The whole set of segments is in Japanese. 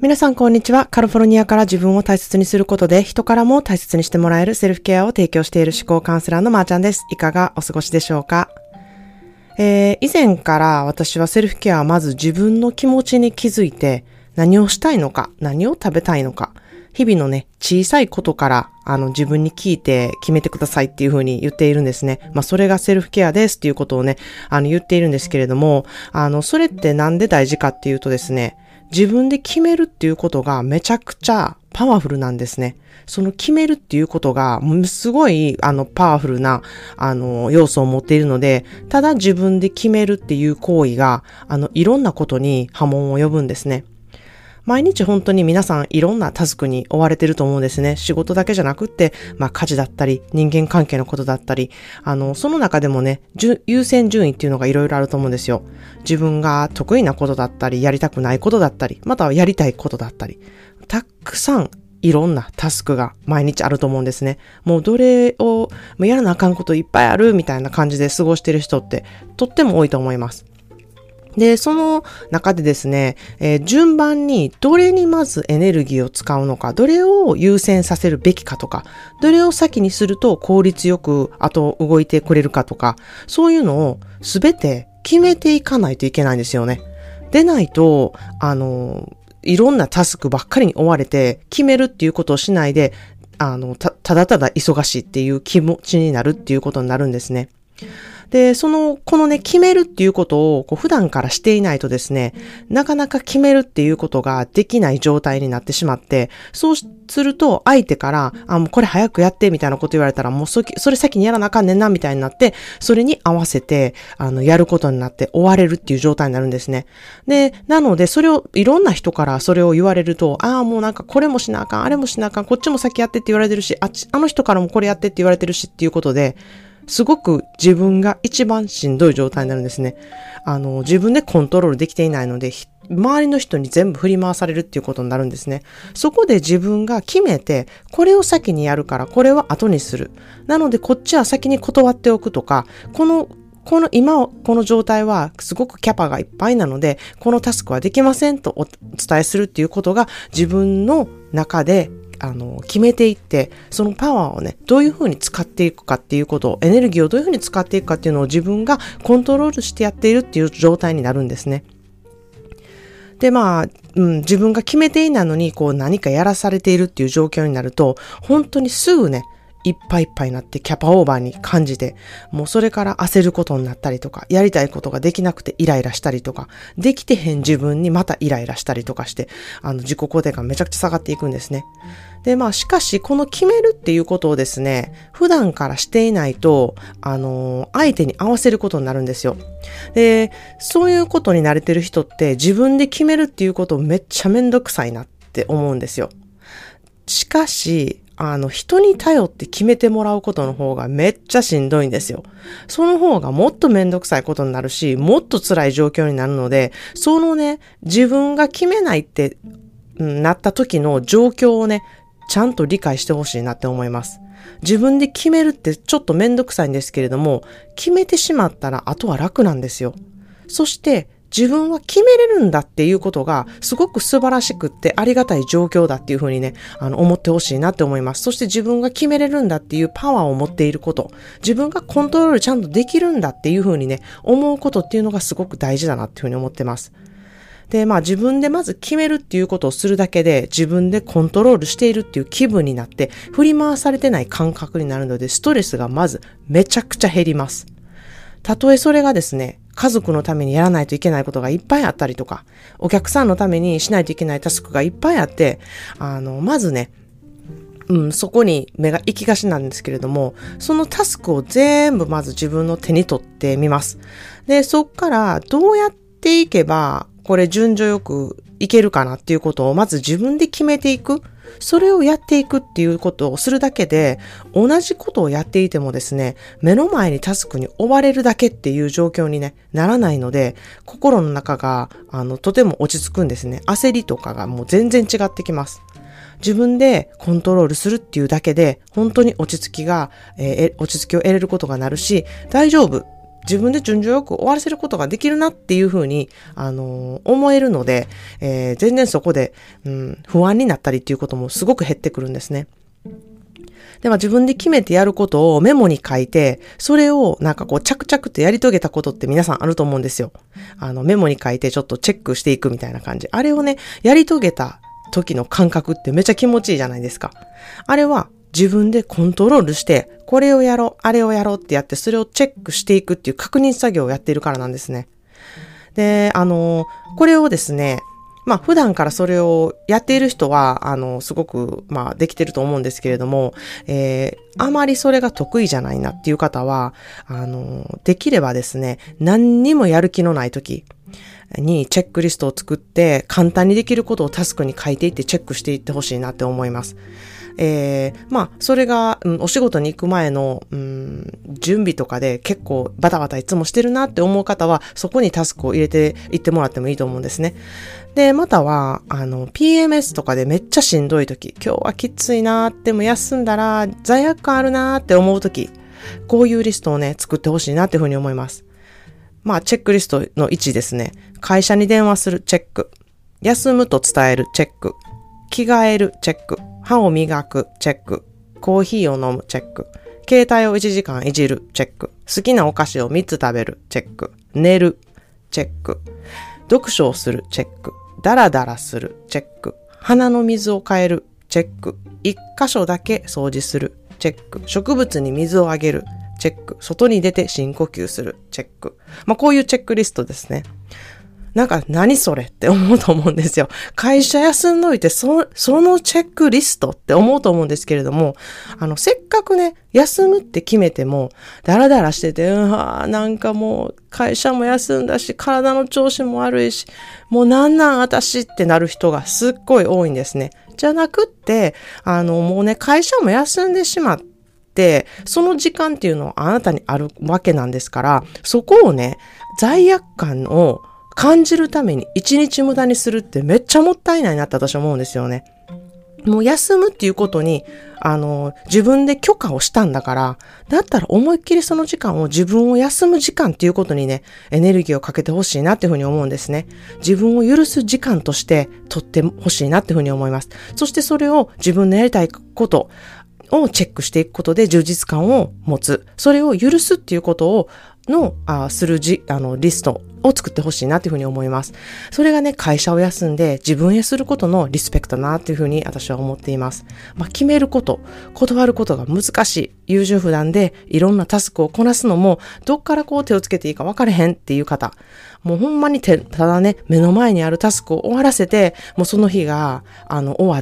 皆さんこんにちは。カリフォルニアから自分を大切にすることで人からも大切にしてもらえるセルフケアを提供している思考カウンセラーのまーちゃんです。いかがお過ごしでしょうか？以前から私はセルフケアはまず自分の気持ちに気づいて何をしたいのか、何を食べたいのか、日々のね、小さいことから自分に聞いて決めてくださいっていうふうに言っているんですね。それがセルフケアですっていうことをね、言っているんですけれども、それってなんで大事かっていうとですね、自分で決めるっていうことがめちゃくちゃパワフルなんですね。その決めるっていうことがすごいパワフルな要素を持っているので、ただ自分で決めるっていう行為がいろんなことに波紋を呼ぶんですね。毎日本当に皆さんいろんなタスクに追われてると思うんですね。仕事だけじゃなくって、家事だったり、人間関係のことだったり、その中でもね、優先順位っていうのがいろいろあると思うんですよ。自分が得意なことだったり、やりたくないことだったり、またはやりたいことだったり、たくさんいろんなタスクが毎日あると思うんですね。もうどれを、やらなあかんこといっぱいあるみたいな感じで過ごしてる人ってとっても多いと思います。で、その中でですね、順番にどれにまずエネルギーを使うのか、どれを優先させるべきかとか、どれを先にすると効率よく動いてくれるかとか、そういうのをすべて決めていかないといけないんですよね。でないと、いろんなタスクばっかりに追われて、決めるっていうことをしないで、ただただ忙しいっていう気持ちになるっていうことになるんですね。で、このね、決めるっていうことを普段からしていないとですね、なかなか決めるっていうことができない状態になってしまって、そうすると相手から、もうこれ早くやってみたいなこと言われたら、もうそれ先にやらなあかんねんなみたいになって、それに合わせて、やることになって追われるっていう状態になるんですね。で、なので、いろんな人からそれを言われると、もうなんかこれもしなあかん、あれもしなあかん、こっちも先やってって言われてるし、あの人からもこれやってって言われてるしっていうことで、すごく自分が一番しんどい状態になるんですね。自分でコントロールできていないので、周りの人に全部振り回されるっていうことになるんですね。そこで自分が決めて、これを先にやるから、これは後にする。なので、こっちは先に断っておくとか、この状態はすごくキャパがいっぱいなので、このタスクはできませんとお伝えするっていうことが自分の中で決めていって、そのパワーをね、どういうふうに使っていくかっていうことを、エネルギーをどういうふうに使っていくかっていうのを自分がコントロールしてやっているっていう状態になるんですね。で、自分が決めていないのに、何かやらされているっていう状況になると、本当にすぐね、いっぱいいっぱいになってキャパオーバーに感じて、もうそれから焦ることになったりとか、やりたいことができなくてイライラしたりとか、できてへん自分にまたイライラしたりとかして、自己肯定感めちゃくちゃ下がっていくんですね。で、しかし、この決めるっていうことをですね、普段からしていないと、相手に合わせることになるんですよ。で、そういうことに慣れてる人って自分で決めるっていうことをめっちゃめんどくさいなって思うんですよ。しかし、人に頼って決めてもらうことの方がめっちゃしんどいんですよ。その方がもっとめんどくさいことになるし、もっと辛い状況になるので、そのね、自分が決めないって、なった時の状況をね、ちゃんと理解してほしいなって思います。自分で決めるってちょっとめんどくさいんですけれども、決めてしまったらあとは楽なんですよ。そして、自分は決めれるんだっていうことがすごく素晴らしくってありがたい状況だっていうふうにね、思ってほしいなって思います。そして自分が決めれるんだっていうパワーを持っていること、自分がコントロールちゃんとできるんだっていうふうにね、思うことっていうのがすごく大事だなっていうふうに思ってます。で、自分でまず決めるっていうことをするだけで自分でコントロールしているっていう気分になって振り回されてない感覚になるのでストレスがまずめちゃくちゃ減ります。たとえそれがですね、家族のためにやらないといけないことがいっぱいあったりとか、お客さんのためにしないといけないタスクがいっぱいあって、まずね、そこに目が行きがちなんですけれども、そのタスクを全部まず自分の手に取ってみます。で、そっからどうやっていけば、これ順序よくいけるかなっていうことをまず自分で決めていく。それをやっていくっていうことをするだけで、同じことをやっていてもですね、目の前にタスクに追われるだけっていう状況にね、ならないので、心の中が、とても落ち着くんですね。焦りとかがもう全然違ってきます。自分でコントロールするっていうだけで、本当に落ち着きを得れることがなるし、大丈夫っ自分で順序よく終わらせることができるなっていうふうに、思えるので、全然そこで、不安になったりっていうこともすごく減ってくるんですね。では自分で決めてやることをメモに書いて、それをなんかこう着々とやり遂げたことって皆さんあると思うんですよ。メモに書いてちょっとチェックしていくみたいな感じ。あれをね、やり遂げた時の感覚ってめっちゃ気持ちいいじゃないですか。あれは自分でコントロールして、これをやろう、あれをやろうってやって、それをチェックしていくっていう確認作業をやっているからなんですね。で、これをですね、普段からそれをやっている人は、すごく、できてると思うんですけれども、あまりそれが得意じゃないなっていう方は、できればですね、何にもやる気のない時にチェックリストを作って、簡単にできることをタスクに書いていってチェックしていってほしいなって思います。それが、お仕事に行く前の、準備とかで結構バタバタいつもしてるなって思う方は、そこにタスクを入れていってもらってもいいと思うんですね。で、または、PMS とかでめっちゃしんどい時、今日はきついなーっても休んだら罪悪感あるなーって思う時、こういうリストをね、作ってほしいなっていうふうに思います。チェックリストの1ですね。会社に電話するチェック。休むと伝えるチェック。着替えるチェック。歯を磨くチェック。コーヒーを飲むチェック。携帯を1時間いじるチェック。好きなお菓子を3つ食べるチェック。寝るチェック。読書をするチェック。ダラダラするチェック。鼻の水を変えるチェック。1箇所だけ掃除するチェック。植物に水をあげるチェック。外に出て深呼吸するチェック。こういうチェックリストですね。なんか何それって思うと思うんですよ。会社休んどいてそのチェックリストって思うと思うんですけれども、せっかくね、休むって決めても、だらだらしてて、なんかもう会社も休んだし、体の調子も悪いし、もうなん私ってなる人がすっごい多いんですね。じゃなくって、もうね、会社も休んでしまって、その時間っていうのはあなたにあるわけなんですから、そこをね、罪悪感を感じるために一日無駄にするってめっちゃもったいないなって私は思うんですよね。もう休むっていうことに、自分で許可をしたんだから、だったら思いっきりその時間を自分を休む時間っていうことにね、エネルギーをかけてほしいなっていうふうに思うんですね。自分を許す時間として取ってほしいなっていうふうに思います。そしてそれを自分のやりたいことをチェックしていくことで充実感を持つ。それを許すっていうことをするリストを作ってほしいなというふうに思います。それがね、会社を休んで自分へすることのリスペクトだなというふうに私は思っています。決めること、断ることが難しい。優柔不断でいろんなタスクをこなすのも、どっからこう手をつけていいか分かれへんっていう方。もうほんまにただね、目の前にあるタスクを終わらせて、もうその日が、終わって、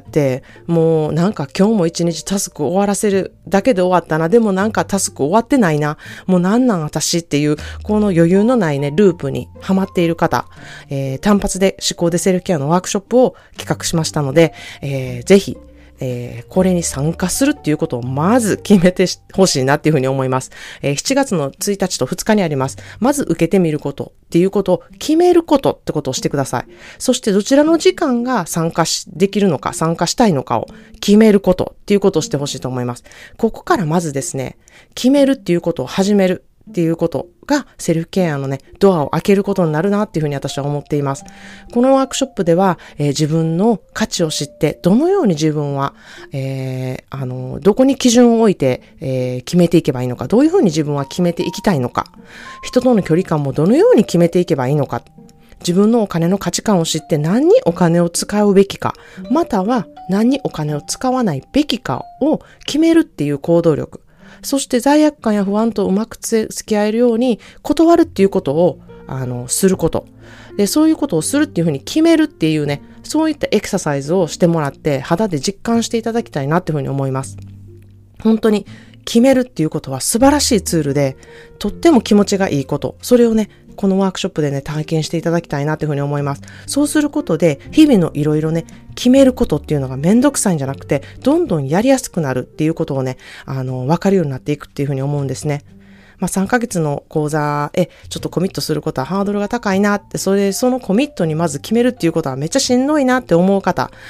もうなんか今日も一日タスクを終わらせるだけで終わったな。でもなんかタスク終わってないな。もうなん私っていう、この余裕のないね、ループにハマっている方、単発で思考でセルフケアのワークショップを企画しましたので、ぜひ、これに参加するっていうことをまず決めてほしいなっていうふうに思います。7月の1日と2日にあります。まず受けてみることっていうことを決めることってことをしてください。そしてどちらの時間が参加できるのか、参加したいのかを決めることっていうことをしてほしいと思います。ここからまずですね、決めるっていうことを始めるっていうことがセルフケアのね、ドアを開けることになるなっていうふうに私は思っています。このワークショップでは、自分の価値を知って、どのように自分は、どこに基準を置いて、決めていけばいいのか、どういうふうに自分は決めていきたいのか、人との距離感もどのように決めていけばいいのか、自分のお金の価値観を知って何にお金を使うべきか、または何にお金を使わないべきかを決めるっていう行動力、そして罪悪感や不安とうまく付き合えるように断るっていうことをすること。で、そういうことをするっていうふうに決めるっていうね、そういったエクササイズをしてもらって肌で実感していただきたいなっていうふうに思います。本当に決めるっていうことは素晴らしいツールで、とっても気持ちがいいこと。それをね、このワークショップでね、体験していただきたいなというふうに思います。そうすることで、日々のいろいろね、決めることっていうのがめんどくさいんじゃなくて、どんどんやりやすくなるっていうことをね、わかるようになっていくっていうふうに思うんですね。3ヶ月の講座へちょっとコミットすることはハードルが高いなって、そのコミットにまず決めるっていうことはめっちゃしんどいなって思う方、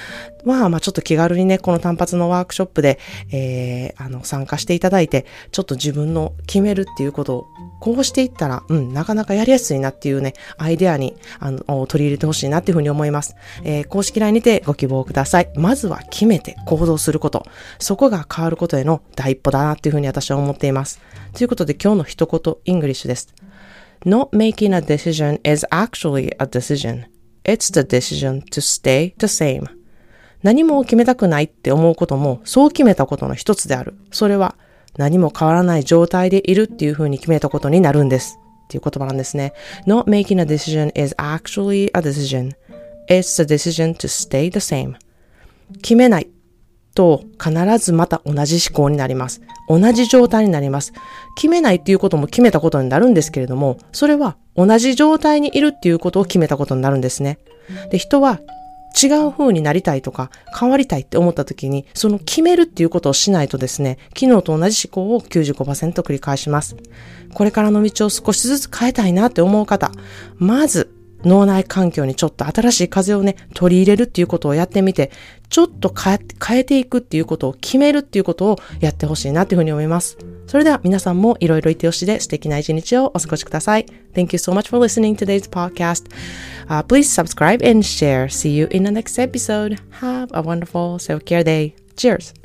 は、ちょっと気軽にね、この単発のワークショップで、参加していただいて、ちょっと自分の決めるっていうことを、こうしていったら、なかなかやりやすいなっていうね、アイデアに、取り入れてほしいなっていうふうに思います。公式 LINE にてご希望ください。まずは決めて行動すること。そこが変わることへの第一歩だなっていうふうに私は思っています。ということで、今日の一言、イングリッシュです。Not making a decision is actually a decision. It's the decision to stay the same. 何も決めたくないって思うことも、そう決めたことの一つである。それは、何も変わらない状態でいるっていう風に決めたことになるんです。っていう言葉なんですね。Not making a decision is actually a decision. It's the decision to stay the same. 決めないと必ずまた同じ思考になります。同じ状態になります。決めないっていうことも決めたことになるんですけれども、それは同じ状態にいるっていうことを決めたことになるんですね。で、人は違う風になりたいとか変わりたいって思った時にその決めるっていうことをしないとですね、昨日と同じ思考を 95% 繰り返します。これからの道を少しずつ変えたいなって思う方、まず脳内環境にちょっと新しい風をね、取り入れるっていうことをやってみて、ちょっと変えていくっていうことを決めるっていうことをやってほしいなっていうふうに思います。それでは皆さんもいろいろいてよしで素敵な一日をお過ごしください。Thank you so much for listening to today's podcast. Please subscribe and share. See you in the next episode. Have a wonderful self-care day. Cheers!